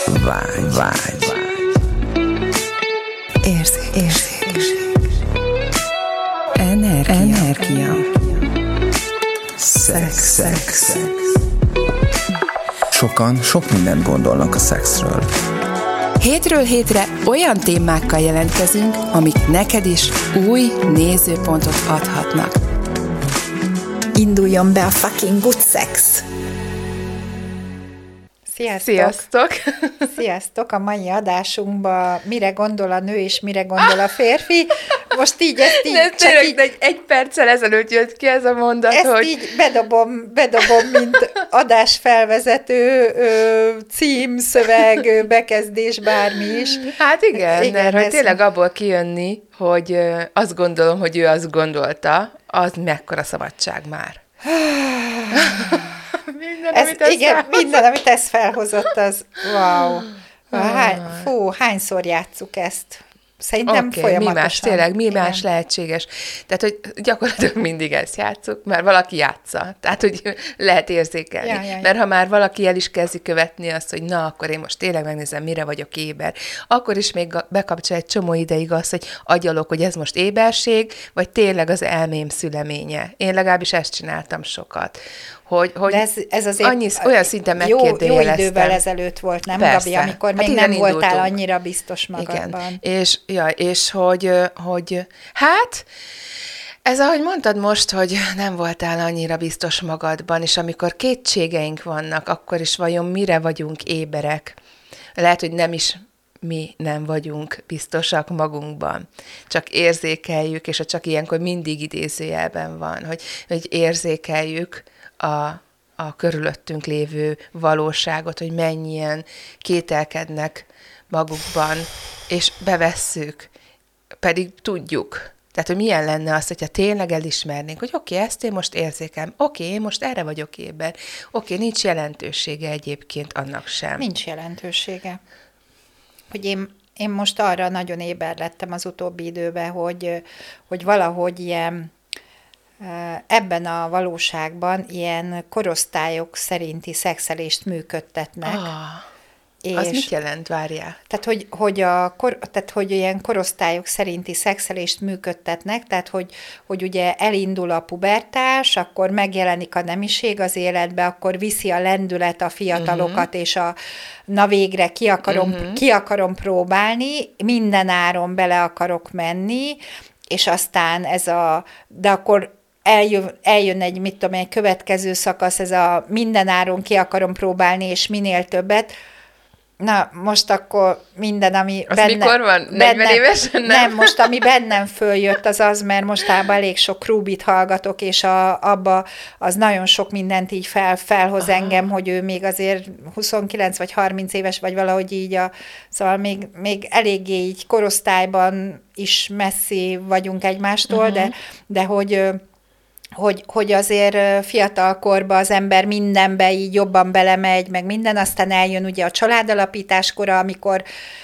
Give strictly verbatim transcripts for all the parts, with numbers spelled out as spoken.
Vágy, vágy, vágy. Érzék, érzék. Energia. Energia. Szex, szex, szex. Sokan sok mindent gondolnak a szexről. Hétről hétre olyan témákkal jelentkezünk, amik neked is új nézőpontot adhatnak. Induljon be a fucking good sex! Sziasztok! Sziasztok! Sziasztok! A mai adásunkban mire gondol a nő és mire gondol a férfi. Most így ezt így... De csak tényleg, így, egy, egy perccel ezelőtt jött ki ez a mondat, ezt hogy... így bedobom, bedobom, mint adásfelvezető, ö, cím, szöveg, ö, bekezdés, bármi is. Hát igen, igen mert hogy ez... tényleg abból kijönni, hogy ö, azt gondolom, hogy ő azt gondolta, az mekkora szabadság már. Minden, Ez, amit ez igen, felhozott. minden, amit ez felhozott, az wow. Hány, fú, hányszor játsszuk ezt? Szerintem Oké, folyamatosan. mi más, tényleg, mi Igen. más lehetséges. Tehát, hogy gyakorlatilag mindig ezt játsszuk, mert valaki játsza. Tehát, hogy lehet érzékelni. Ja, ja, ja. Mert ha már valaki el is kezdi követni azt, hogy na, akkor én most tényleg megnézem, mire vagyok éber, akkor is még bekapcsol egy csomó ideig azt, hogy agyalok, hogy ez most éberség, vagy tényleg az elmém szüleménye. Én legalábbis ezt csináltam sokat. Hogy, hogy De ez, ez azért annyi, olyan szinten jó, megkérdőjeleztem. jó idővel ezelőtt volt, nem, Persze. Gabi? Amikor Hát még innen nem voltál indultunk. annyira biztos magadban. Igen, és, ja, és hogy, hogy hát, ez ahogy mondtad most, hogy nem voltál annyira biztos magadban, és amikor kétségeink vannak, akkor is vajon mire vagyunk éberek? Lehet, hogy nem is mi nem vagyunk biztosak magunkban. Csak érzékeljük, és csak ilyenkor mindig idézőjelben van, hogy, hogy érzékeljük a, a körülöttünk lévő valóságot, hogy mennyien kételkednek magukban, és bevesszük, pedig tudjuk. Tehát, hogy milyen lenne az, hogyha tényleg elismernénk, hogy oké, okay, ezt én most érzékelem, oké, okay, én most erre vagyok éber, oké, okay, nincs jelentősége egyébként annak sem. Nincs jelentősége. Hogy én, én most arra nagyon éber lettem az utóbbi időben, hogy, hogy valahogy ilyen ebben a valóságban ilyen korosztályok szerinti szexelést működtetnek. Ah, és az mit jelent, várjál? Tehát hogy, hogy a, kor, tehát, hogy ilyen korosztályok szerinti szexelést működtetnek, tehát, hogy, hogy ugye elindul a pubertás, akkor megjelenik a nemiség az életbe, akkor viszi a lendület a fiatalokat, uh-huh. és a na végre ki akarom, uh-huh. ki akarom próbálni, minden áron bele akarok menni, és aztán ez a, de akkor Eljön, eljön egy, mit tudom, egy következő szakasz, ez a minden áron ki akarom próbálni, és minél többet. Na, most akkor minden, ami az benne... mikor van? negyven évesen? Nem? Nem, most ami bennem följött, az az, mert mostában elég sok Krúbit hallgatok, és a, abba az nagyon sok mindent így fel, felhoz Aha. engem, hogy ő még azért huszonkilenc vagy harminc éves, vagy valahogy így, a, szóval még, még eléggé így korosztályban is messzi vagyunk egymástól, uh-huh. de, de hogy... Hogy, hogy azért fiatalkorban az ember mindenbe így jobban belemegy, meg minden, aztán eljön ugye a családalapításkora, amikor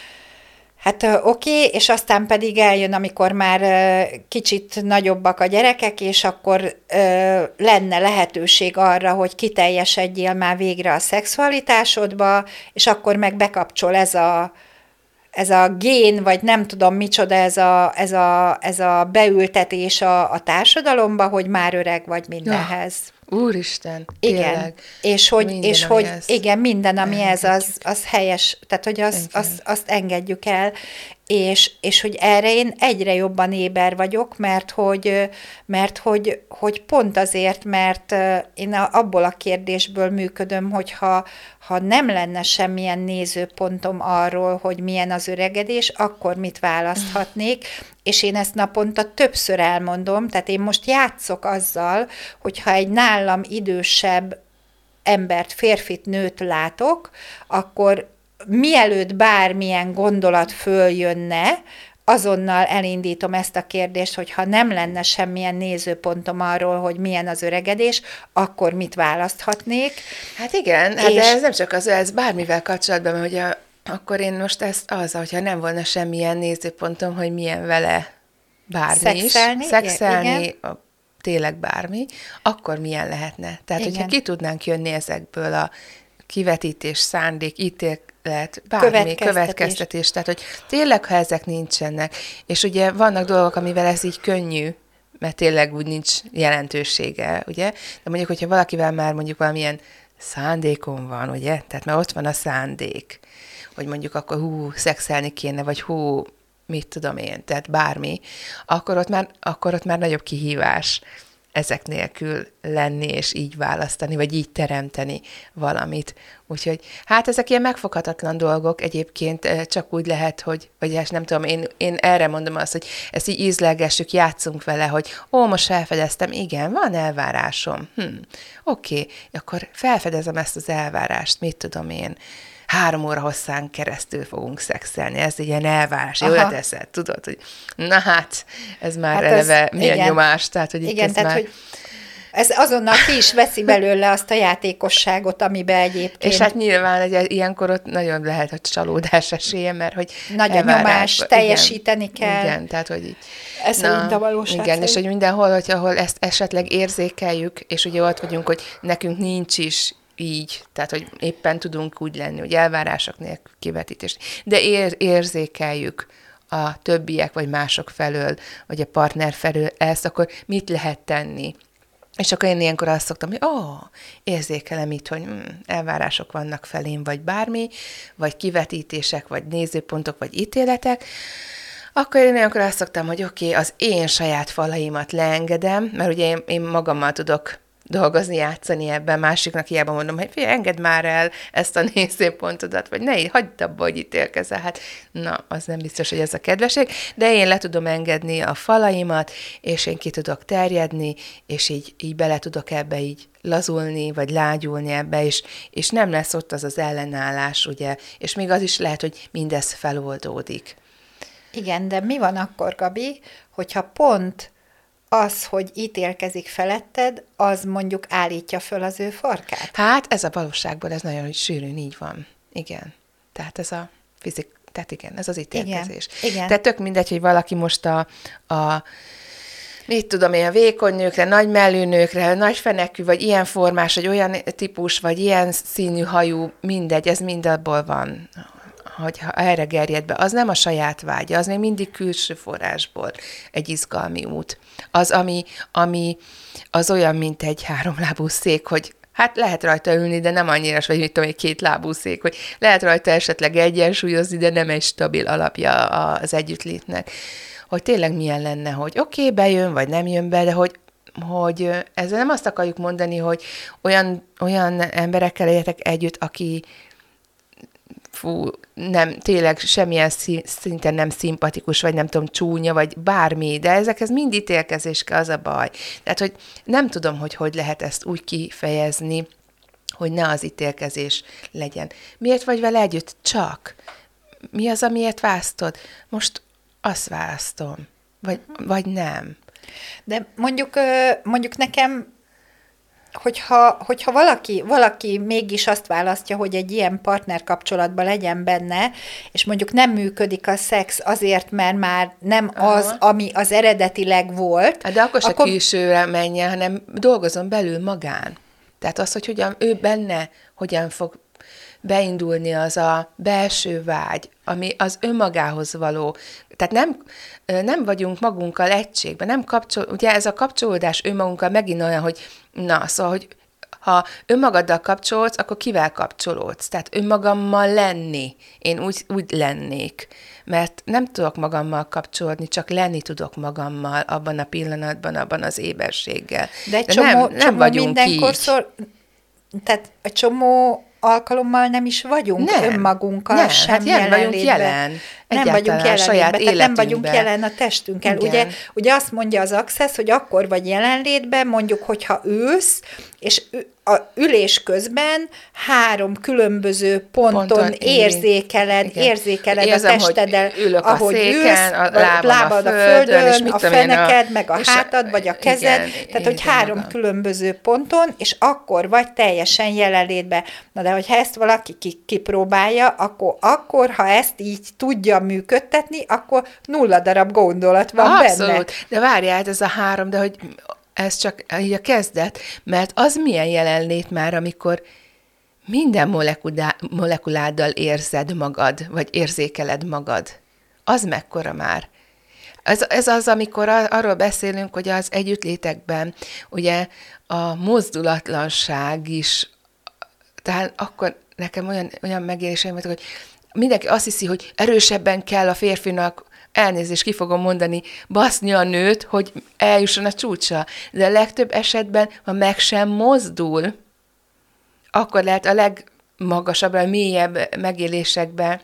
hát oké, okay, és aztán pedig eljön, amikor már kicsit nagyobbak a gyerekek, és akkor ö, lenne lehetőség arra, hogy kiteljesedjél már végre a szexualitásodba, és akkor meg bekapcsol ez a ez a gén, vagy nem tudom micsoda, ez a, ez a, ez a beültetés a, a társadalomba, hogy már öreg vagy mindenhez. Ja, úristen, igen. tényleg. És hogy, minden, és hogy ez. igen, minden, ami ez, az, az helyes, tehát hogy az, az, azt engedjük el, és, és hogy erre én egyre jobban éber vagyok, mert hogy, mert hogy, hogy pont azért, mert én abból a kérdésből működöm, hogyha ha nem lenne semmilyen nézőpontom arról, hogy milyen az öregedés, akkor mit választhatnék, és én ezt naponta többször elmondom, tehát én most játszok azzal, hogyha egy nálam idősebb embert, férfit, nőt látok, akkor mielőtt bármilyen gondolat följönne, azonnal elindítom ezt a kérdést, hogy ha nem lenne semmilyen nézőpontom arról, hogy milyen az öregedés, akkor mit választhatnék. Hát igen, hát és... de ez nem csak az, ez bármivel kapcsolatban, mert ugye akkor én most ezt az, hogyha nem volna semmilyen nézőpontom, hogy milyen vele bármi szexelni, is, szexelni, igen. a, tényleg bármi, akkor milyen lehetne. Tehát, igen. hogyha ki tudnánk jönni ezekből a kivetítés, szándék, ítél, lehet bármi Következtetés. következtetés. Tehát, hogy tényleg, ha ezek nincsenek, és ugye vannak dolgok, amivel ez így könnyű, mert tényleg úgy nincs jelentősége, ugye? De mondjuk, hogyha valakivel már mondjuk valamilyen szándékon van, ugye? Tehát már ott van a szándék, hogy mondjuk akkor hú, szexelni kéne, vagy hú, mit tudom én, tehát bármi, akkor ott már, akkor ott már nagyobb kihívás ezek nélkül lenni, és így választani, vagy így teremteni valamit. Úgyhogy hát ezek ilyen megfoghatatlan dolgok, egyébként csak úgy lehet, hogy, vagy hát nem tudom, én, én erre mondom azt, hogy ezt így ízlelgessük, játszunk vele, hogy ó, most felfedeztem, igen, van elvárásom. Hm, oké, okay, akkor felfedezem ezt az elvárást, mit tudom én, három óra hosszán keresztül fogunk szexelni, ez egy ilyen elvárás, jól teszed, tudod, hogy na hát, ez már hát eleve ez, milyen igen, nyomás, tehát, hogy igen, ez tehát, már... hogy ez azonnal ki is veszi belőle azt a játékosságot, amiben egyébként... És hát nyilván egy, ilyenkor ott nagyon lehet, hogy csalódás esélye, mert hogy nagy a nyomás, teljesíteni igen, kell. Igen, tehát hogy így... Ez szerint a valóság. Igen, szerint. És hogy mindenhol, hogy ahol ezt esetleg érzékeljük, és ugye ott vagyunk, hogy nekünk nincs is így, tehát, hogy éppen tudunk úgy lenni, hogy elvárások nélkül kivetítést, de ér, érzékeljük a többiek, vagy mások felől, vagy a partner felől ezt, akkor mit lehet tenni? És akkor én ilyenkor azt szoktam, hogy ó, oh, érzékelem itt, hogy mm, elvárások vannak felém, vagy bármi, vagy kivetítések, vagy nézőpontok, vagy ítéletek, akkor én ilyenkor azt szoktam, hogy oké, okay, az én saját falaimat leengedem, mert ugye én, én magammal tudok dolgozni, játszani ebben, másiknak hiába mondom, hogy figyelj, engedd már el ezt a nézőpontodat, vagy ne, hagyd abba, hogy ítélkezel. Hát, na, az nem biztos, hogy ez a kedvesség, de én le tudom engedni a falaimat, és én ki tudok terjedni, és így, így bele tudok ebbe így lazulni, vagy lágyulni ebbe, és, és nem lesz ott az az ellenállás, ugye, és még az is lehet, hogy mindez feloldódik. Igen, de mi van akkor, Gabi, hogyha pont az, hogy ítélkezik feletted, az mondjuk állítja föl az ő farkát? Hát ez a valóságból, ez nagyon sűrűn így van. Igen. Tehát ez a fizik, tehát igen, ez az ítélkezés. Igen. Igen. Tehát tök mindegy, hogy valaki most a, a mit tudom én, a vékony nőkre, nagy mellű nőkre, nagy fenekű, vagy ilyen formás, vagy olyan típus, vagy ilyen színű hajú, mindegy, ez mind abból van, hogy ha erre gerjed be, az nem a saját vágya, az még mindig külső forrásból egy izgalmi út. Az, ami, ami az olyan, mint egy háromlábú szék, hogy hát lehet rajta ülni, de nem annyira, vagy mit tudom, egy kétlábú szék, hogy lehet rajta esetleg egyensúlyozni, de nem egy stabil alapja az együttlétnek. Hogy tényleg milyen lenne, hogy oké, okay, bejön, vagy nem jön be, de hogy hogy ezzel nem azt akarjuk mondani, hogy olyan, olyan emberekkel éljetek együtt, aki fú, nem, tényleg semmilyen szinten nem szimpatikus, vagy nem tudom, csúnya, vagy bármi, de ezekhez mind ítélkezés kell, az a baj. Tehát, hogy nem tudom, hogy hogy lehet ezt úgy kifejezni, hogy ne az ítélkezés legyen. Miért vagy vele együtt? Csak. Mi az, amiért választod? Most azt választom. Vagy, vagy nem. De mondjuk, mondjuk nekem, hogyha, hogyha valaki, valaki mégis azt választja, hogy egy ilyen partnerkapcsolatban legyen benne, és mondjuk nem működik a szex azért, mert már nem Aha. az, ami az eredetileg volt. De akkor se akkor... külsőre menjen, hanem dolgozzon belül magán. Tehát az, hogy hogyan ő benne, hogyan fog beindulni az a belső vágy, ami az önmagához való. Tehát nem, nem vagyunk magunkkal egységben, nem kapcsol, ugye ez a kapcsolódás önmagunkkal megint olyan, hogy na, szóval, hogy ha önmagaddal kapcsolódsz, akkor kivel kapcsolódsz? Tehát önmagammal lenni. Én úgy, úgy lennék. Mert nem tudok magammal kapcsolódni, csak lenni tudok magammal abban a pillanatban, abban az éberséggel. De egy De csomó, nem, nem csomó vagyunk mindenkor szor, tehát egy csomó alkalommal nem is vagyunk nem, önmagunkkal nem, sem hát jelenlétben. vagyunk jelen. Nem vagyunk jelenlétben, tehát nem vagyunk jelen a testünkkel. Ugye, ugye azt mondja az Access, hogy akkor vagy jelenlétben, mondjuk, hogyha ülsz, és a ülés közben három különböző ponton, ponton érzékeled, igen. érzékeled Érzem, a testeddel, ahogy széken, ülsz, a lábam lábad a földön, a, földön, a feneked, a, meg a hátad, vagy a kezed, igen, tehát, hogy három magam. különböző ponton, és akkor vagy teljesen jelenlétben. Na, de hogyha ezt valaki kipróbálja, akkor, akkor, ha ezt így tudja működtetni, akkor nulla darab gondolat van Abszolút. benne. Abszolút, de várjál, ez a három, de hogy ez csak így a kezdet, mert az milyen jelenlét már, amikor minden molekulá, molekuláddal érzed magad, vagy érzékeled magad. Az mekkora már. Ez, ez az, amikor arról beszélünk, hogy az együttlétekben ugye a mozdulatlanság is, tehát akkor nekem olyan, olyan megéléseim voltak, hogy mindenki azt hiszi, hogy erősebben kell a férfinak, elnézést ki fogom mondani, baszni a nőt, hogy eljusson a csúcsra. De a legtöbb esetben, ha meg sem mozdul, akkor lehet a legmagasabb, a mélyebb megélésekbe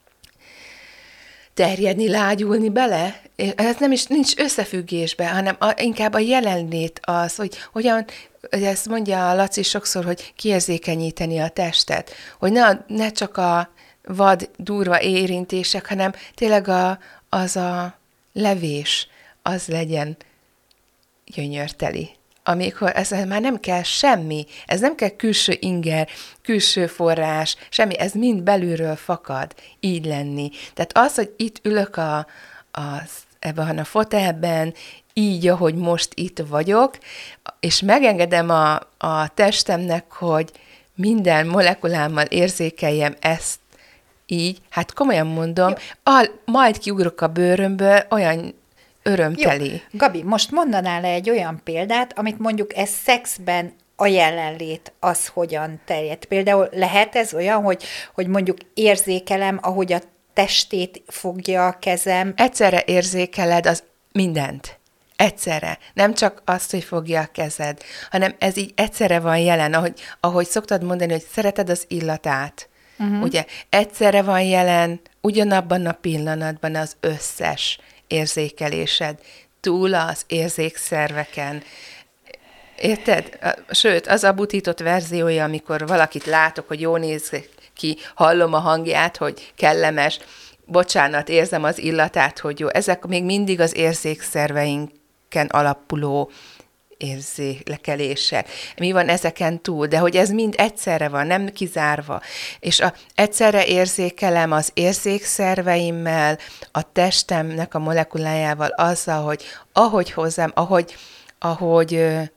terjedni, lágyulni bele. Ez nem is nincs összefüggésben, hanem a, inkább a jelenlét az, hogy hogyan, ezt mondja a Laci sokszor, hogy kiérzékenyíteni a testet, hogy ne, ne csak a vad, durva érintések, hanem tényleg a, az a levés, az legyen gyönyörteli. Amikor ez már nem kell semmi, ez nem kell külső inger, külső forrás, semmi, ez mind belülről fakad, így lenni. Tehát az, hogy itt ülök a, a, ebben a fotelben, így, ahogy most itt vagyok, és megengedem a, a testemnek, hogy minden molekulámmal érzékeljem ezt így, hát komolyan mondom, a, majd kiugrok a bőrömből, olyan örömteli. Jó. Gabi, most mondanál le egy olyan példát, amit mondjuk ez szexben a jelenlét az hogyan terjed. Például lehet ez olyan, hogy, hogy mondjuk érzékelem, ahogy a testét fogja a kezem. Egyszerre érzékeled az mindent. Egyszerre. Nem csak azt, hogy fogja a kezed, hanem ez így egyszerre van jelen, ahogy, ahogy szoktad mondani, hogy szereted az illatát. Uh-huh. Ugye, egyszerre van jelen ugyanabban a pillanatban az összes érzékelésed, túl az érzékszerveken. Érted? Sőt, az a butított verziója, amikor valakit látok, hogy jól néz ki, hallom a hangját, hogy kellemes, bocsánat, érzem az illatát, hogy jó. Ezek még mindig az érzékszerveinken alapuló érzékelések. Mi van ezeken túl? De hogy ez mind egyszerre van, nem kizárva. És a, egyszerre érzékelem az érzékszerveimmel, a testemnek a molekulájával, azzal, hogy ahogy hozzám, ahogy, ahogy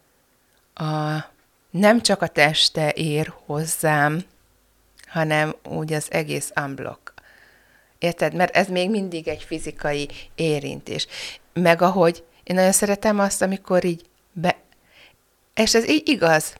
a, nem csak a teste ér hozzám, hanem úgy az egész unblock. Érted? Mert ez még mindig egy fizikai érintés. Meg ahogy, én nagyon szeretem azt, amikor így be, és ez így igaz,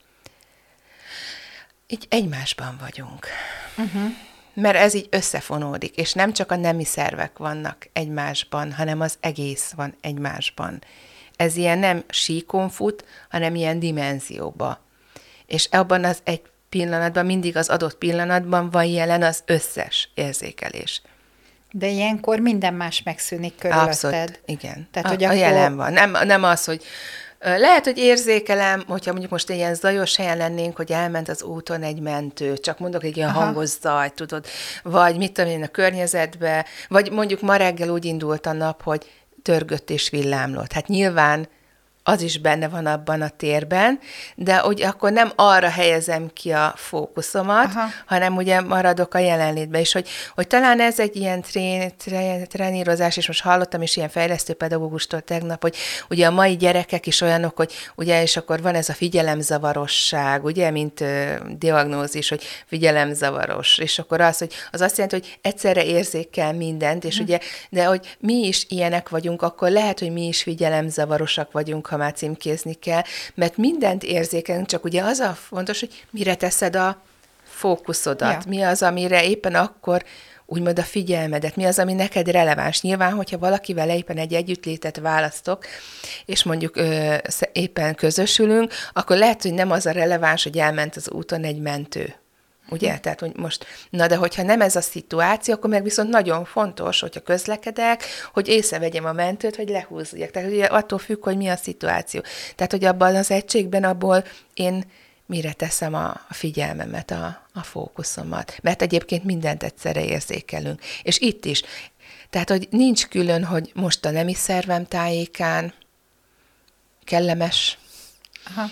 így egymásban vagyunk. Uh-huh. Mert ez így összefonódik, és nem csak a nemi szervek vannak egymásban, hanem az egész van egymásban. Ez ilyen nem síkon fut, hanem ilyen dimenzióba. És abban az egy pillanatban, mindig az adott pillanatban van jelen az összes érzékelés. De ilyenkor minden más megszűnik körülötted. Abszolút, igen. Tehát, a, hogy a akkor... jelen van. Nem, nem az, hogy lehet, hogy érzékelem, hogyha mondjuk most ilyen zajos helyen lennénk, hogy elment az úton egy mentő, csak mondok egy ilyen Aha. hangos zaj, tudod, vagy mit tudom én a környezetbe, vagy mondjuk ma reggel úgy indult a nap, hogy törgött és villámlott. Hát nyilván az is benne van abban a térben, de hogy akkor nem arra helyezem ki a fókuszomat, Aha. hanem ugye maradok a jelenlétben, és hogy, hogy talán ez egy ilyen trén, trén, trénírozás, és most hallottam is ilyen fejlesztő pedagógustól tegnap, hogy ugye a mai gyerekek is olyanok, hogy ugye, és akkor van ez a figyelemzavarosság, ugye, mint uh, diagnózis, hogy figyelemzavaros, és akkor az, hogy az azt jelenti, hogy egyszerre érzékel mindent, és hmm. ugye, de hogy mi is ilyenek vagyunk, akkor lehet, hogy mi is figyelemzavarosak vagyunk, ha már címkézni kell, mert mindent érzékelünk, csak ugye az a fontos, hogy mire teszed a fókuszodat, ja. mi az, amire éppen akkor úgymond a figyelmedet, mi az, ami neked releváns. Nyilván, hogyha valakivel éppen egy együttlétet választok, és mondjuk ö, éppen közösülünk, akkor lehet, hogy nem az a releváns, hogy elment az úton egy mentő. Ugye? Hm. Tehát, hogy most, na de hogyha nem ez a szituáció, akkor meg viszont nagyon fontos, hogyha közlekedek, hogy észrevegyem a mentőt, hogy lehúzzak. Tehát ugye attól függ, hogy mi a szituáció. Tehát, hogy abban az egységben, abból én mire teszem a, a figyelmemet, a, a fókuszomat. Mert egyébként mindent egyszerre érzékelünk. És itt is. Tehát, hogy nincs külön, hogy most a nemi szervem tájékán kellemes, Aha.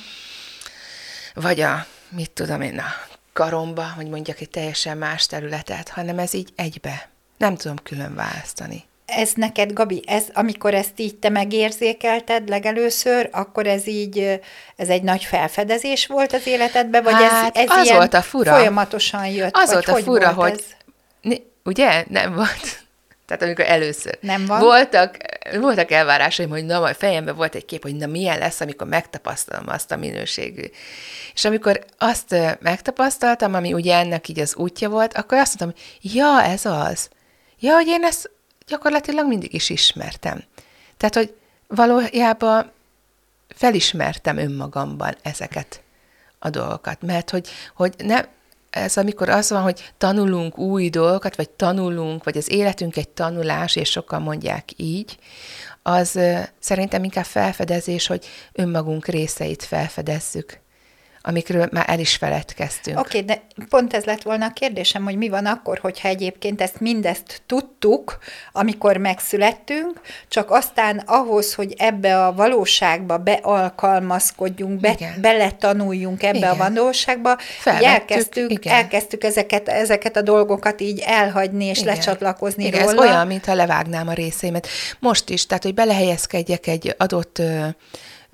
vagy a, mit tudom én, a karomba, hogy mondjak egy teljesen más területet, hanem ez így egybe. Nem tudom külön választani. ez neked, Gabi, ez, amikor ezt így te megérzékelted legelőször, akkor ez így, ez egy nagy felfedezés volt az életedben, vagy hát, ez, ez az ilyen volt a fura. folyamatosan jött? Az volt a hogy fura, volt hogy ez? Ugye? Nem volt. Tehát amikor először. Nem van? Voltak, voltak elvárásaim, hogy na, majd fejemben volt egy kép, hogy na milyen lesz, amikor megtapasztalom azt a minőségű. És amikor azt megtapasztaltam, ami ugye ennek így az útja volt, akkor azt mondtam, hogy ja, ez az. Ja, hogy én ezt gyakorlatilag mindig is ismertem. Tehát, hogy valójában felismertem önmagamban ezeket a dolgokat. Mert hogy, hogy nem, ez amikor az van, hogy tanulunk új dolgokat, vagy tanulunk, vagy az életünk egy tanulás, és sokan mondják így, az szerintem inkább felfedezés, hogy önmagunk részeit felfedezzük, amikről már el is feledkeztünk. Oké, okay, de pont ez lett volna a kérdésem, hogy mi van akkor, hogyha egyébként ezt mindezt tudtuk, amikor megszülettünk, csak aztán ahhoz, hogy ebbe a valóságba bealkalmazkodjunk, be, beletanuljunk ebbe igen. a valóságba, elkezdtük, elkezdtük ezeket, ezeket a dolgokat így elhagyni és igen. lecsatlakozni igen, róla. Ez olyan, mintha levágnám a részeimet. Most is, tehát, hogy belehelyezkedjek egy adott ö, ö,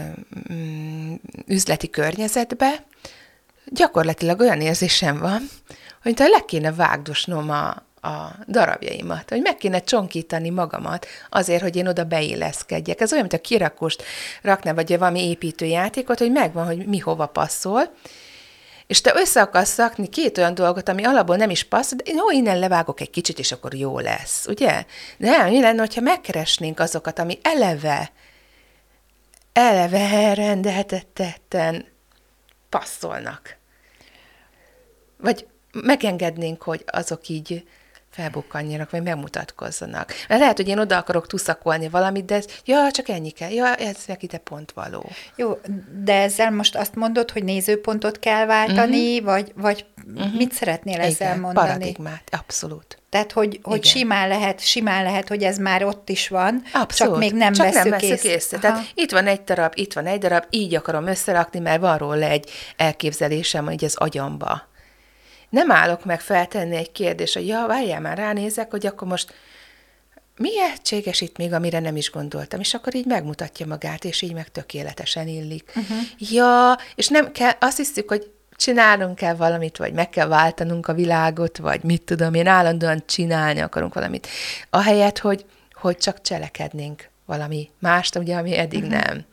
üzleti környezetbe, gyakorlatilag olyan érzésem van, hogy le kéne vágdosnom a, a darabjaimat, hogy meg kéne csonkítani magamat azért, hogy én oda beilleszkedjek. Ez olyan, mint a kirakóst rakna, vagy valami építőjátékot, hogy megvan, hogy mi hova passzol, és te össze akarsz rakni két olyan dolgot, ami alapból nem is passzol, de jó, innen levágok egy kicsit, és akkor jó lesz, ugye? De nem, mi lenne, hogyha megkeresnénk azokat, ami eleve, eleve elrendeltetten passzolnak. Vagy megengednénk, hogy azok így felbukkanjanak, vagy megmutatkozzanak. Mert lehet, hogy én oda akarok tuszakolni valamit, de ez, ja, csak ennyi kell, ja, ez neki ide pont való. Jó, de ezzel most azt mondod, hogy nézőpontot kell váltani, uh-huh. vagy, vagy uh-huh. mit szeretnél igen, ezzel mondani? Paradigmát, abszolút. Tehát, hogy, hogy simán, lehet, simán lehet, hogy ez már ott is van, abszolút. csak még nem csak veszük nem észre. észre. Tehát itt van egy darab, itt van egy darab, így akarom összerakni, mert van róla egy elképzelésem, hogy az agyamba. Nem állok meg feltenni egy kérdést, hogy ja, várjál már, ránézek, hogy akkor most mi lehetséges itt még, amire nem is gondoltam, és akkor így megmutatja magát, és így meg tökéletesen illik. Uh-huh. Ja, és nem kell, azt hiszük, hogy csinálnunk kell valamit, vagy meg kell váltanunk a világot, vagy mit tudom én, állandóan csinálni akarunk valamit. Ahelyett, hogy, hogy csak cselekednénk valami mást, ugye, ami eddig uh-huh. nem.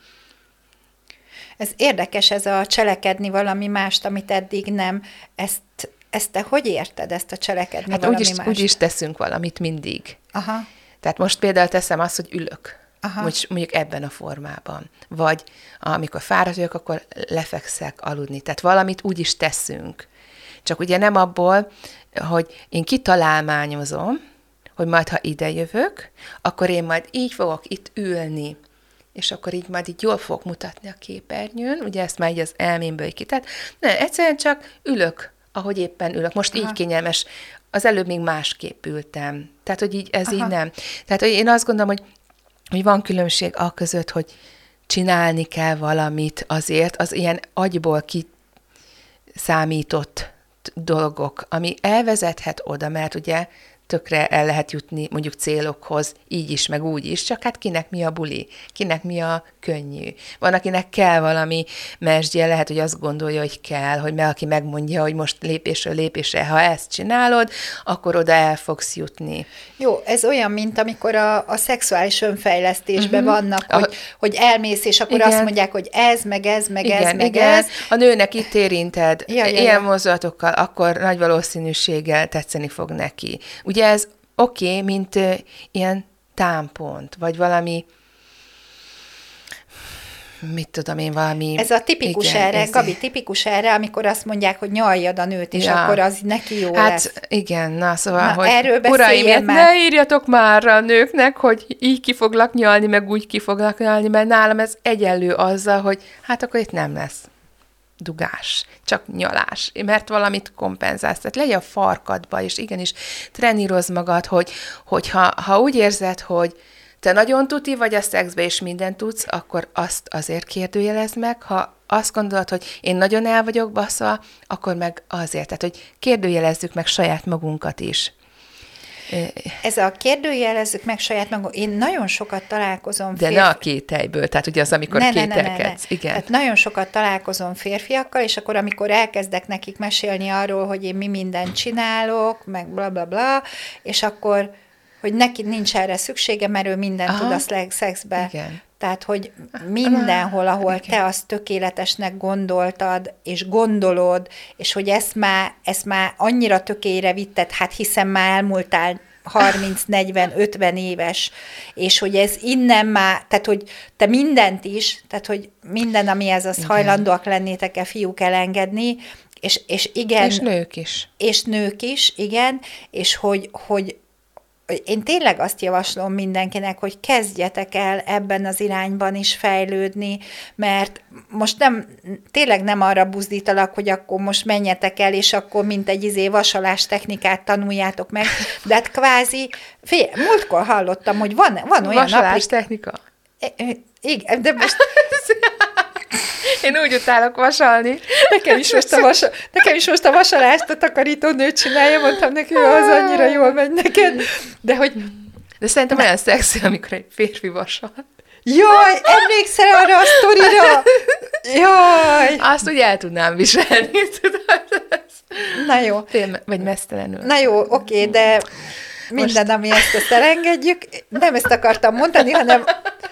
Ez érdekes, ez a cselekedni valami mást, amit eddig nem. Ezt, ezt te hogy érted, ezt a cselekedni hát valami úgy is, mást? úgy is teszünk valamit mindig. Aha. Tehát most például teszem azt, hogy ülök. Aha. Mondjuk ebben a formában. Vagy amikor fáradt vagyok, akkor lefekszek aludni. Tehát valamit úgy is teszünk. Csak ugye nem abból, hogy én kitalálmányozom, hogy majd, ha ide jövök, akkor én majd így fogok itt ülni, és akkor így majd így jól fogok mutatni a képernyőn, ugye ezt már így az elmémből kitett. Nem, egyszerűen csak ülök, ahogy éppen ülök. Most aha. így kényelmes. Az előbb még másképp ültem. Tehát, hogy így ez aha. így nem. Tehát, hogy én azt gondolom, hogy, hogy van különbség a között, hogy csinálni kell valamit azért, az ilyen agyból kiszámított dolgok, ami elvezethet oda, mert ugye tökre el lehet jutni mondjuk célokhoz, így is, meg úgy is, csak hát kinek mi a buli, kinek mi a könnyű. Van, akinek kell valami mesdje, lehet, hogy azt gondolja, hogy kell, hogy meg aki megmondja, hogy most lépésről lépésre, ha ezt csinálod, akkor oda el fogsz jutni. Jó, ez olyan, mint amikor a, a szexuális önfejlesztésben uh-huh. vannak, hogy, a, hogy elmész, és akkor igen. azt mondják, hogy ez, meg ez, meg igen, ez, meg igen. ez. A nőnek itt érinted ja, ja, ilyen ja. mozdulatokkal, akkor nagy valószínűséggel tetszeni fog neki. Ugye ez oké, okay, mint uh, ilyen támpont, vagy valami, mit tudom én, valami... Ez a tipikus igen, erre, ez Gabi, tipikus erre, amikor azt mondják, hogy nyaljad a nőt, és ja. akkor az neki jó hát, lesz. Hát igen, na szóval, na, hogy uraim, ne írjatok már a nőknek, hogy így ki foglak nyalni, meg úgy ki foglak nyalni, mert nálam ez egyenlő azzal, hogy hát akkor itt nem lesz dugás, csak nyalás, mert valamit kompenzálsz. Tehát legyen a farkadba, és igenis trenírozz magad, hogy, hogy ha, ha úgy érzed, hogy te nagyon tuti vagy a szexbe, és mindent tudsz, akkor azt azért kérdőjelezd meg. Ha azt gondolod, hogy én nagyon el vagyok baszva, akkor meg azért. Tehát, hogy kérdőjelezzük meg saját magunkat is. ez a kérdőjelezzük meg saját magunk. Én nagyon sokat találkozom. De férfi... ne a kételyből, tehát ugye az, amikor ne, kételkedsz. Ne, ne, ne, ne. Igen. Tehát nagyon sokat találkozom férfiakkal, és akkor, amikor elkezdek nekik mesélni arról, hogy én mi mindent csinálok, meg bla, bla, bla, és akkor, hogy neki nincs erre szüksége, mert ő mindent Aha. tud a szexbe. Igen. Tehát, hogy mindenhol, ahol okay. te azt tökéletesnek gondoltad, és gondolod, és hogy ezt már, ezt már annyira tökére vitted, hát hiszen már elmúltál harminc, negyven, ötven éves, és hogy ez innen már, tehát, hogy te mindent is, tehát, hogy minden, amihez az hajlandóak lennétek-e fiúk elengedni, és, és igen. És nők is. És nők is, igen, és hogy, hogy én tényleg azt javaslom mindenkinek, hogy kezdjetek el ebben az irányban is fejlődni, mert most nem, tényleg nem arra buzdítalak, hogy akkor most menjetek el, és akkor mint egy izé vasalás technikát tanuljátok meg, de hát kvázi, fél, múltkor hallottam, hogy van, van olyan vasalás aplik... technika? Igen, de most... Én úgy utálok vasalni. Nekem is most a, vasa, nekem is most a vasalást a takarítónő csinálja, mondtam neki, hogy az annyira jól megy neked. De hogy... De szerintem olyan szexi, amikor egy férfi vasal. Jaj, emlékszel arra a sztorira? Jaj! Azt úgy el tudnám viselni, tudod? Na jó. Tényleg, vagy mesztelenül. Na jó, oké, de minden, most... ami ezt, ezt elengedjük. Nem ezt akartam mondani, hanem...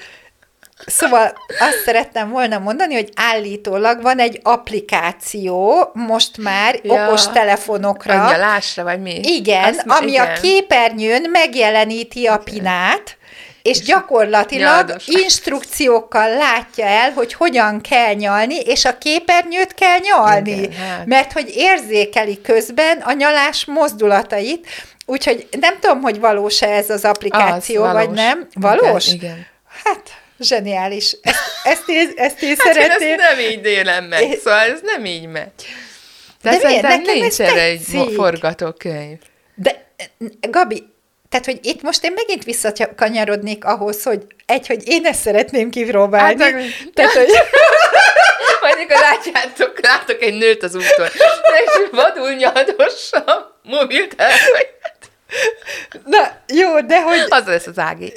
Szóval azt szerettem volna mondani, hogy állítólag van egy applikáció most már ja, okos telefonokra. A nyalásra, vagy mi? Igen, azt, ami igen. a képernyőn megjeleníti a pinát, és gyakorlatilag Nyaldos. instrukciókkal látja el, hogy hogyan kell nyalni, és a képernyőt kell nyalni. Igen, hát. Mert hogy érzékeli közben a nyalás mozdulatait, úgyhogy nem tudom, hogy valós-e ez az applikáció, az, vagy nem. Valós? Igen. igen. Hát... Zseniális. Ezt, ezt én, ezt én hát szeretném. Én ezt nem így élem meg, én... szóval ez nem így megy. De, de szerintem nincs erre egy forgatókönyv. De Gabi, tehát, hogy itt most én megint visszakanyarodnék ahhoz, hogy egy, hogy én ezt szeretném kipróbálni. Hát, tehát, hogy... Majd mikor látjátok, látok egy nőt az úton, és vadul nyaldossa mobiltelefon. Na, jó, de hogy... Az lesz az Ági.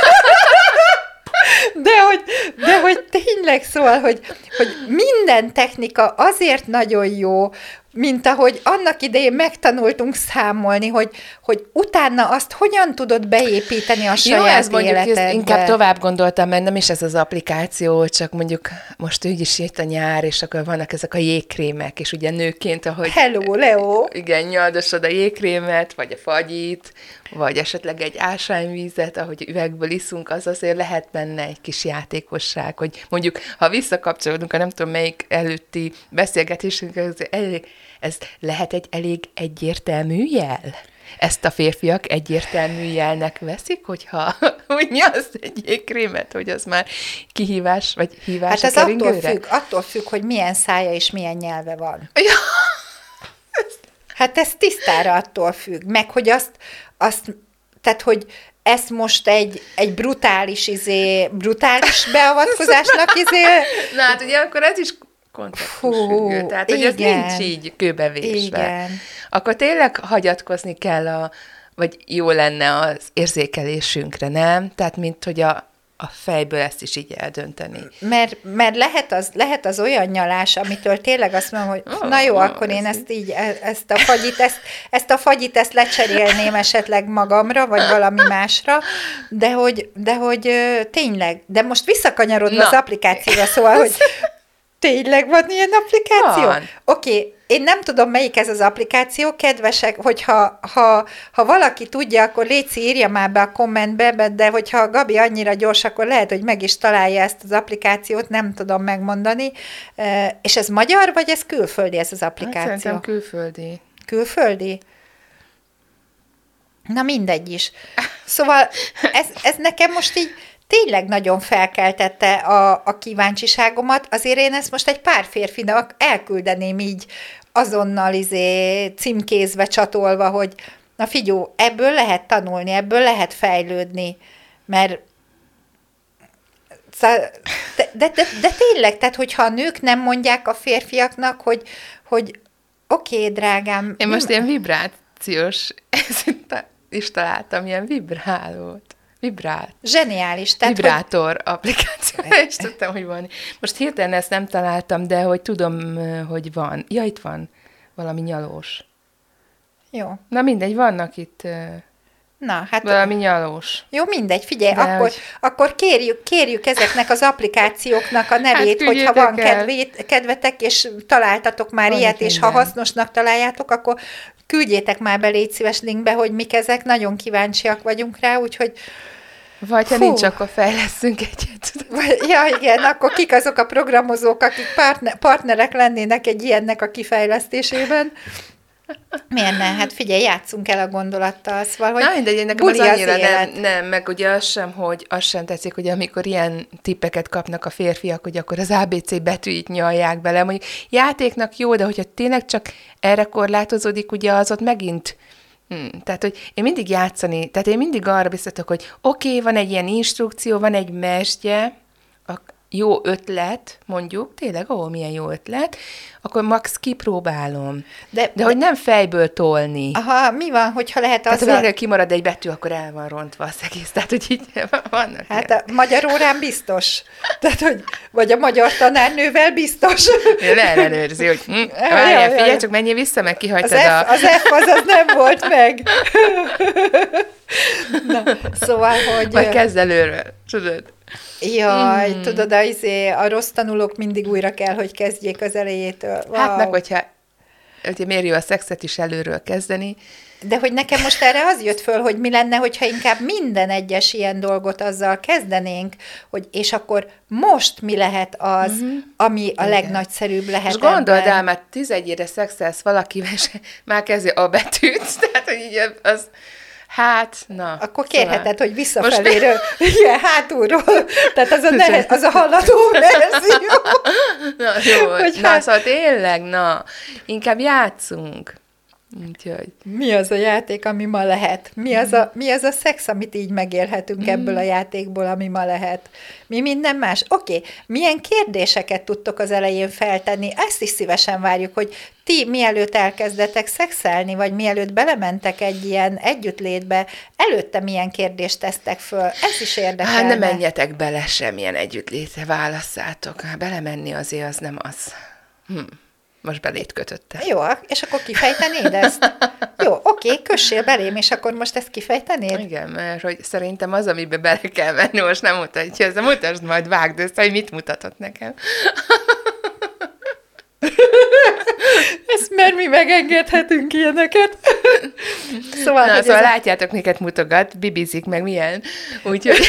De hogy, de hogy tényleg szól, hogy, hogy minden technika azért nagyon jó, mint ahogy annak idején megtanultunk számolni, hogy, hogy utána azt hogyan tudod beépíteni a saját Jó, ez életedbe. Mondjuk, inkább tovább gondoltam, mert nem is ez az applikáció, csak mondjuk most úgy is itt a nyár, és akkor vannak ezek a jégkrémek, és ugye nőként, ahogy... Hello, Leo! Igen, nyaldosod a jégkrémet, vagy a fagyit, vagy esetleg egy ásványvízet, ahogy üvegből iszunk, az azért lehet benne egy kis játékosság, hogy mondjuk, ha visszakapcsolódunk a nem tudom melyik előtti beszélgetésünk, ez, elég, ez lehet egy elég egyértelmű jel? Ezt a férfiak egyértelmű jelnek veszik, hogyha úgy nyalsz egy jégkrémet, hogy az már kihívás, vagy hívás hát a ez keringőre? attól függ, attól függ, hogy milyen szája és milyen nyelve van. Ja. Hát ez tisztára attól függ, meg hogy azt, azt tehát, hogy ezt most egy, egy brutális, izé, brutális beavatkozásnak izé... Na hát ugye akkor ez is kontextusfüggő, tehát hogy ez nincs így kőbevésve. Igen. Akkor tényleg hagyatkozni kell, a, vagy jó lenne az érzékelésünkre, nem? Tehát mint hogy a, a fejből ezt is így eldönteni. Mert, mert lehet, az, lehet az olyan nyalás, amitől tényleg azt mondom, hogy oh, na jó, oh, akkor én ezt így, ezt a fagyit, ezt, ezt a fagyit, ezt lecserélném esetleg magamra, vagy valami másra, de hogy, de hogy tényleg, de most visszakanyarodva az applikációra, szóval, hogy tényleg van ilyen applikáció? Oké, okay. Én nem tudom, melyik ez az applikáció, kedvesek, hogyha ha, ha valaki tudja, akkor léci írja már be a kommentbe, de hogyha a Gabi annyira gyors, akkor lehet, hogy meg is találja ezt az applikációt, nem tudom megmondani. És ez magyar, vagy ez külföldi ez az applikáció? Hát szerintem külföldi. Külföldi? Na mindegy is. Szóval ez, ez nekem most így tényleg nagyon felkeltette a, a kíváncsiságomat, azért én ezt most egy pár férfinak elküldeném így azonnal izé címkézve, csatolva, hogy na figyó, ebből lehet tanulni, ebből lehet fejlődni, mert de, de, de, de tényleg, tehát hogyha a nők nem mondják a férfiaknak, hogy, hogy oké, okay, drágám. Én most ilyen vibrációs is találtam, ilyen vibrálót. Vibrált. Zseniális. Tehát, Vibrátor hogy... applikáció. És tudtam, hogy van. Most hirtelen ezt nem találtam, de hogy tudom, hogy van. Ja, itt van valami nyalós. Jó. Na mindegy, vannak itt Na, hát... valami nyalós. Jó, mindegy, figyelj, de akkor, hogy... akkor kérjük, kérjük ezeknek az applikációknak a nevét, hát, hogyha van kedvét, kedvetek, és találtatok már van ilyet, és minden. Ha hasznosnak találjátok, akkor küldjétek már be, légy szíves linkbe, hogy mik ezek, nagyon kíváncsiak vagyunk rá, úgyhogy vagy ha Fú. nincs, akkor fejleszünk egyet. Ja, igen, akkor kik azok a programozók, akik partner, partnerek lennének egy ilyennek a kifejlesztésében. Miért ne? Hát figyelj, játszunk el a gondolattal, szóval, hogy Na, mindegy, nekem az annyira nem, nem, meg ugye az sem, hogy az sem tetszik, hogy amikor ilyen tippeket kapnak a férfiak, hogy akkor az á bé cé betűit nyalják bele, mondjuk játéknak jó, de hogyha tényleg csak erre korlátozódik, ugye az ott megint Hmm, tehát, hogy én mindig játszani, tehát én mindig arra biztatok, hogy oké, okay, van egy ilyen instrukció, van egy mesdje, a jó ötlet, mondjuk, tényleg, ó, milyen jó ötlet, akkor max kipróbálom. De, de, de hogy nem fejből tolni. Aha, mi van, hogyha lehet tehát, azzal... Tehát, ha kimarad egy betű, akkor el van rontva az egész. Tehát, hogy így vannak Hát ilyen. A magyar órán biztos. Tehát, hogy vagy a magyar tanárnővel biztos. Leellenőrzi, hogy hm, várjál, figyelj, csak menjél vissza, meg kihagytad az a... F, az F az, az nem volt meg. Na, szóval, hogy... Vagy kezd előről, tudod? Jaj, mm. tudod, a, a rossz tanulók mindig újra kell, hogy kezdjék az elejétől. Wow. Hát meg, hogyha, hogyha miért jó a szexet is előről kezdeni. De hogy nekem most erre az jött föl, hogy mi lenne, hogyha inkább minden egyes ilyen dolgot azzal kezdenénk, hogy és akkor most mi lehet az, mm-hmm. ami a legnagyszerűbb lehet. És gondold el, már tizenegyére szexelsz valakivel, és már kezdi a betűt, tehát hogy így az... Hát, na. Akkor kérheted, szóval. Hogy visszafeléről, most... ilyen hátulról, tehát az a, nehez, az a hallató verzió. Na jó, hogy na, hát... szóval tényleg, na, inkább játszunk. Úgyhogy. Mi az a játék, ami ma lehet? Mi az a, mi az a szex, amit így megélhetünk ebből a játékból, ami ma lehet? Mi minden más? Oké, okay. Milyen kérdéseket tudtok az elején feltenni? Ezt is szívesen várjuk, hogy ti mielőtt elkezdetek szexelni, vagy mielőtt belementek egy ilyen együttlétbe, előtte milyen kérdést tesztek föl? Ez is érdekelne. Hát ne menjetek bele semmilyen együttlétre, válasszátok. Belemenni azért az nem az. Hm. Most belét kötötte. Jó, és akkor kifejtenéd ezt? Jó, oké, kössél belém, és akkor most ezt kifejtenéd? Igen, mert hogy szerintem az, amiben bele kell menni, most nem mutatja, ezt mutasd, majd vágd össze, hogy mit mutatott nekem. Ezt mert mi megengedhetünk ilyeneket. Szóval, Na, szóval a... látjátok, miket mutogat, bibizik, meg milyen. Úgyhogy...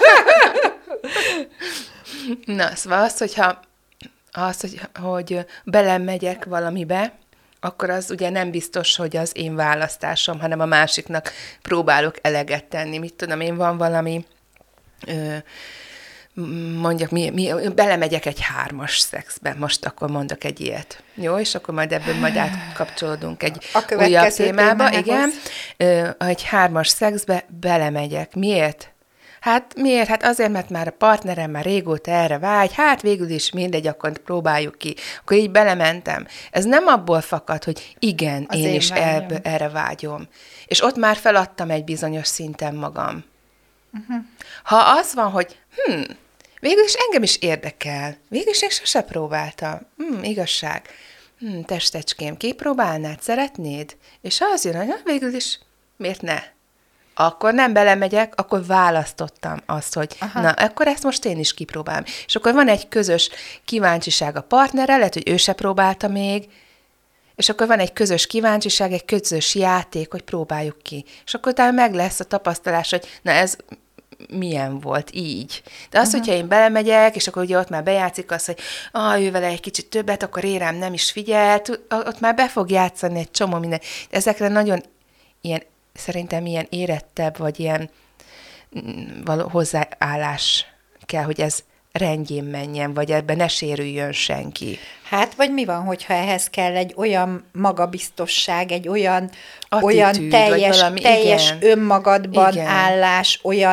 Na, szóval az, hogyha az, hogy, hogy belemegyek valamibe, akkor az ugye nem biztos, hogy az én választásom, hanem a másiknak próbálok eleget tenni. Mit tudom, én van valami, ö, mondjak, mi, mi, belemegyek egy hármas szexbe, most akkor mondok egy ilyet. Jó, és akkor majd ebből majd átkapcsolódunk egy újabb témába. Igen, ö, egy hármas szexbe belemegyek. Miért? Hát miért? Hát azért, mert már a partnerem már régóta erre vágy, hát végül is mindegy, akkor próbáljuk ki. Akkor így belementem. Ez nem abból fakad, hogy igen, az én, én is el, erre vágyom. És ott már feladtam egy bizonyos szinten magam. Uh-huh. Ha az van, hogy hm, végül is engem is érdekel, végül is én sose próbáltam. Hm, igazság. Hm, testecském, kipróbálnád, szeretnéd? És az jön, hogy végül is miért ne? Akkor nem belemegyek, akkor választottam azt, hogy Aha. na, akkor ezt most én is kipróbálom. És akkor van egy közös kíváncsiság a partnerrel, lehet, hogy ő se próbálta még, és akkor van egy közös kíváncsiság, egy közös játék, hogy próbáljuk ki. És akkor utána meg lesz a tapasztalás, hogy na ez milyen volt így. De az, uh-huh. hogyha én belemegyek, és akkor ugye ott már bejátszik az, hogy ah, ő vele egy kicsit többet, akkor én rám nem is figyelt, ott már be fog játszani egy csomó minden. De ezekre nagyon ilyen szerintem ilyen érettebb, vagy ilyen való hozzáállás kell, hogy ez rendjén menjen, vagy ebben ne sérüljön senki. Hát, vagy mi van, hogyha ehhez kell egy olyan magabiztosság, egy olyan, Attitűd, olyan teljes, valami, teljes önmagadban igen. állás, olyan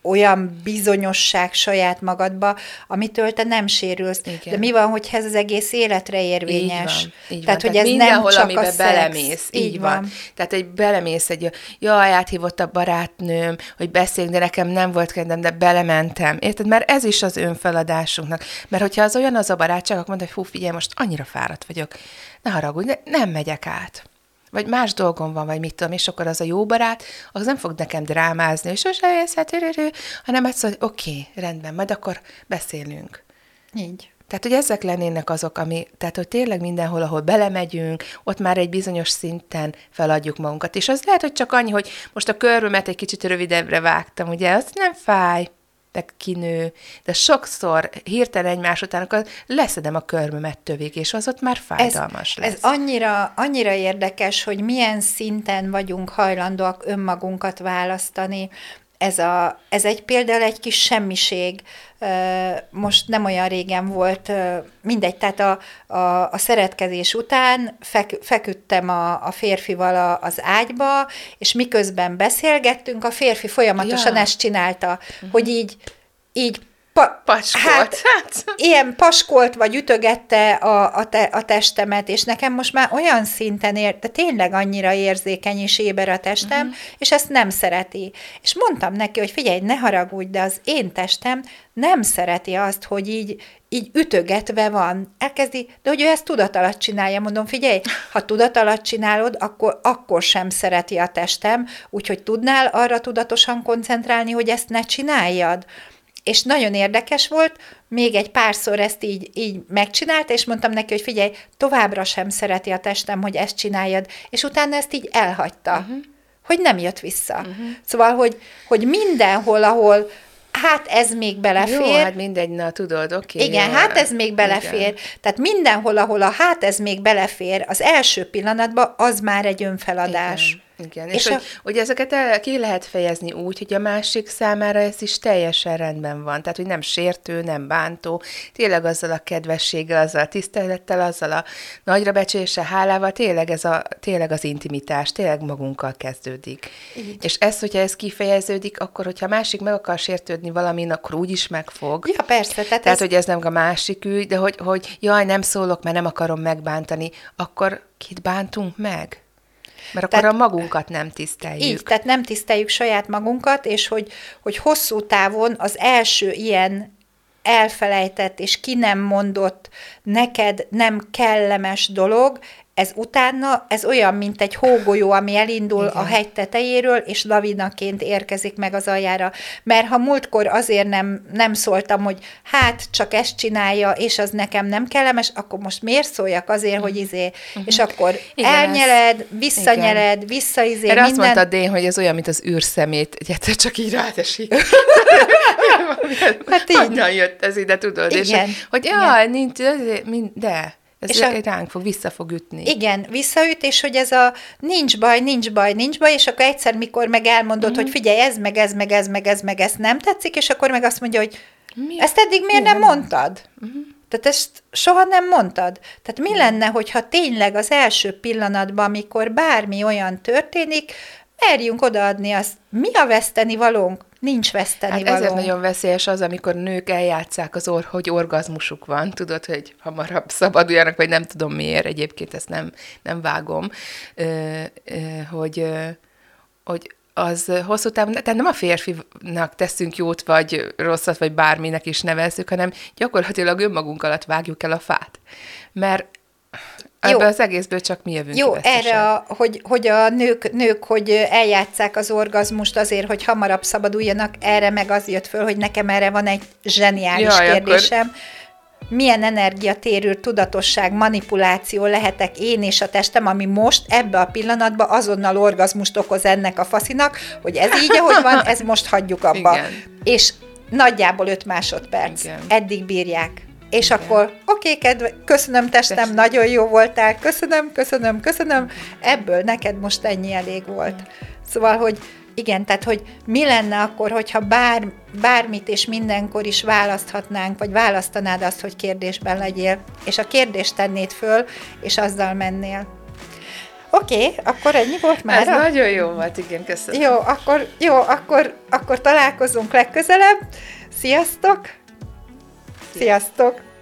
olyan bizonyosság saját magadba, amitől te nem sérülsz. Igen. De mi van, hogyha ez az egész életre érvényes? Így van, így Tehát, van. hogy Tehát ez nem csak amiben a szex. belemész. Így, így van. van. Tehát, egy belemész egy, jaj, áthívott a barátnőm, hogy beszéljünk, de nekem nem volt kedvem, de belementem. Érted? Mert ez is az önfeladatásunknak. Mert hogyha az olyan az a barátság, akkor mondta, hogy hú, figyelj, most annyira fáradt vagyok. Ne haragudj, nem megyek át. Vagy más dolgom van, vagy mit tudom, és akkor az a jó barát, az nem fog nekem drámázni, és sose jössz, hát, hanem azt mondja, oké, okay, rendben, majd akkor beszélünk. Így. Tehát, hogy ezek lennének azok, ami, tehát, hogy tényleg mindenhol, ahol belemegyünk, ott már egy bizonyos szinten feladjuk magunkat. És az lehet, hogy csak annyi, hogy most a körmömet egy kicsit rövidebbre vágtam, ugye, az nem fáj, de kinő, de sokszor hirtelen egymás után akkor leszedem a körmömet tövig, és az ott már fájdalmas ez, lesz. Ez annyira, annyira érdekes, hogy milyen szinten vagyunk hajlandóak önmagunkat választani. Ez, a, ez egy például egy kis semmiség. Most nem olyan régen volt, mindegy, tehát a, a, a szeretkezés után fek, feküdtem a, a férfival a, az ágyba, és miközben beszélgettünk, a férfi folyamatosan ja. ezt csinálta, uh-huh. hogy így, így Pa, paskolt. Hát, hát. Ilyen paskolt, vagy ütögette a, a, te, a testemet, és nekem most már olyan szinten ér, de tényleg annyira érzékeny és éber a testem, uh-huh. és ezt nem szereti. És mondtam neki, hogy figyelj, ne haragudj, de az én testem nem szereti azt, hogy így, így ütögetve van. Elkezdi, de hogy ő ezt tudat alatt csinálja, mondom, figyelj, ha tudat alatt csinálod, akkor, akkor sem szereti a testem, úgyhogy tudnál arra tudatosan koncentrálni, hogy ezt ne csináljad. És nagyon érdekes volt, még egy párszor ezt így, így megcsinálta, és mondtam neki, hogy figyelj, továbbra sem szereti a testem, hogy ezt csináljad, és utána ezt így elhagyta, uh-huh. hogy nem jött vissza. Uh-huh. Szóval, hogy, hogy mindenhol, ahol hát ez még belefér. Jó, hát mindegy, na tudod, oké. Okay, igen, jó, hát ez még belefér. Igen. Tehát mindenhol, ahol a hát ez még belefér, az első pillanatban az már egy önfeladás. Igen. Igen, és, és hogy, a... hogy ezeket el, ki lehet fejezni úgy, hogy a másik számára ez is teljesen rendben van. Tehát, hogy nem sértő, nem bántó, tényleg azzal a kedvességgel, azzal a tisztelettel, azzal a nagyra becsüléssel, hálával, tényleg, ez a, tényleg az intimitás, tényleg magunkkal kezdődik. Így. És ez, hogyha ez kifejeződik, akkor, hogyha a másik meg akar sértődni valamin, akkor úgyis megfog. Ja, persze. Tehát, tehát ez... hogy ez nem a másik ügy, de hogy, hogy jaj, nem szólok, mert nem akarom megbántani, akkor kit bántunk meg? Mert akkor tehát, a magunkat nem tiszteljük. Így, tehát nem tiszteljük saját magunkat, és hogy, hogy hosszú távon az első ilyen elfelejtett és ki nem mondott, neked nem kellemes dolog, ez utána, ez olyan, mint egy hógolyó, ami elindul igen. a hegy tetejéről, és lavinaként érkezik meg az aljára. Mert ha múltkor azért nem, nem szóltam, hogy hát csak ezt csinálja, és az nekem nem kellemes, akkor most miért szóljak azért, hogy izé, uh-huh. és akkor igen, elnyeled, ez, visszanyeled, igen. visszaizé, erre minden. Azt mondtad, Dén, hogy ez olyan, mint az űrszemét, hogy egyszer csak így rátesik. Hát így. Honnan jött ez ide, tudod? Igen. És hogy jaj, nincs, de... Ez és a, ránk fog, vissza fog ütni. Igen, visszaüt, és hogy ez a nincs baj, nincs baj, nincs baj, és akkor egyszer, mikor meg elmondod, uh-huh. hogy figyelj, ez, meg ez, meg ez, meg ez, meg ez nem tetszik, és akkor meg azt mondja, hogy mi? Ezt eddig miért mi nem mondtad? Uh-huh. Tehát ezt soha nem mondtad. Tehát mi uh-huh. lenne, hogyha tényleg az első pillanatban, amikor bármi olyan történik, merjünk odaadni azt, mi a veszteni valónk? Nincs veszteni hát valónk. Ezért nagyon veszélyes az, amikor nők eljátsszák az orr, hogy orgazmusuk van, tudod, hogy hamarabb szabaduljanak, vagy nem tudom miért, egyébként ezt nem, nem vágom, ö, ö, hogy, ö, hogy az hosszú távon, tehát nem a férfinak teszünk jót, vagy rosszat, vagy bárminek is nevezzük, hanem gyakorlatilag önmagunk alatt vágjuk el a fát. Mert ebből az egészből csak mi jövünk Jó, erre, a, hogy, hogy a nők, nők, hogy eljátsszák az orgazmust azért, hogy hamarabb szabaduljanak, erre meg az jött föl, hogy nekem erre van egy zseniális Jaj, kérdésem. Akkor... Milyen energiatérő, tudatosság, manipuláció lehetek én és a testem, ami most ebbe a pillanatban azonnal orgazmust okoz ennek a faszinak, hogy ez így, ahogy van, ez most hagyjuk abba. Igen. És nagyjából öt másodperc. Igen. Eddig bírják. És igen. akkor, oké, okay, kedve, köszönöm testem, Testem. Nagyon jó voltál, köszönöm, köszönöm, köszönöm, ebből neked most ennyi elég volt. Szóval, hogy igen, tehát, hogy mi lenne akkor, hogyha bár, bármit és mindenkor is választhatnánk, vagy választanád azt, hogy kérdésben legyél, és a kérdést tennéd föl, és azzal mennél. Oké, okay, akkor ennyi volt már. Ez nagyon jó volt, igen, köszönöm. Jó, akkor, jó, akkor, akkor találkozunk legközelebb. Sziasztok! Sziasztok!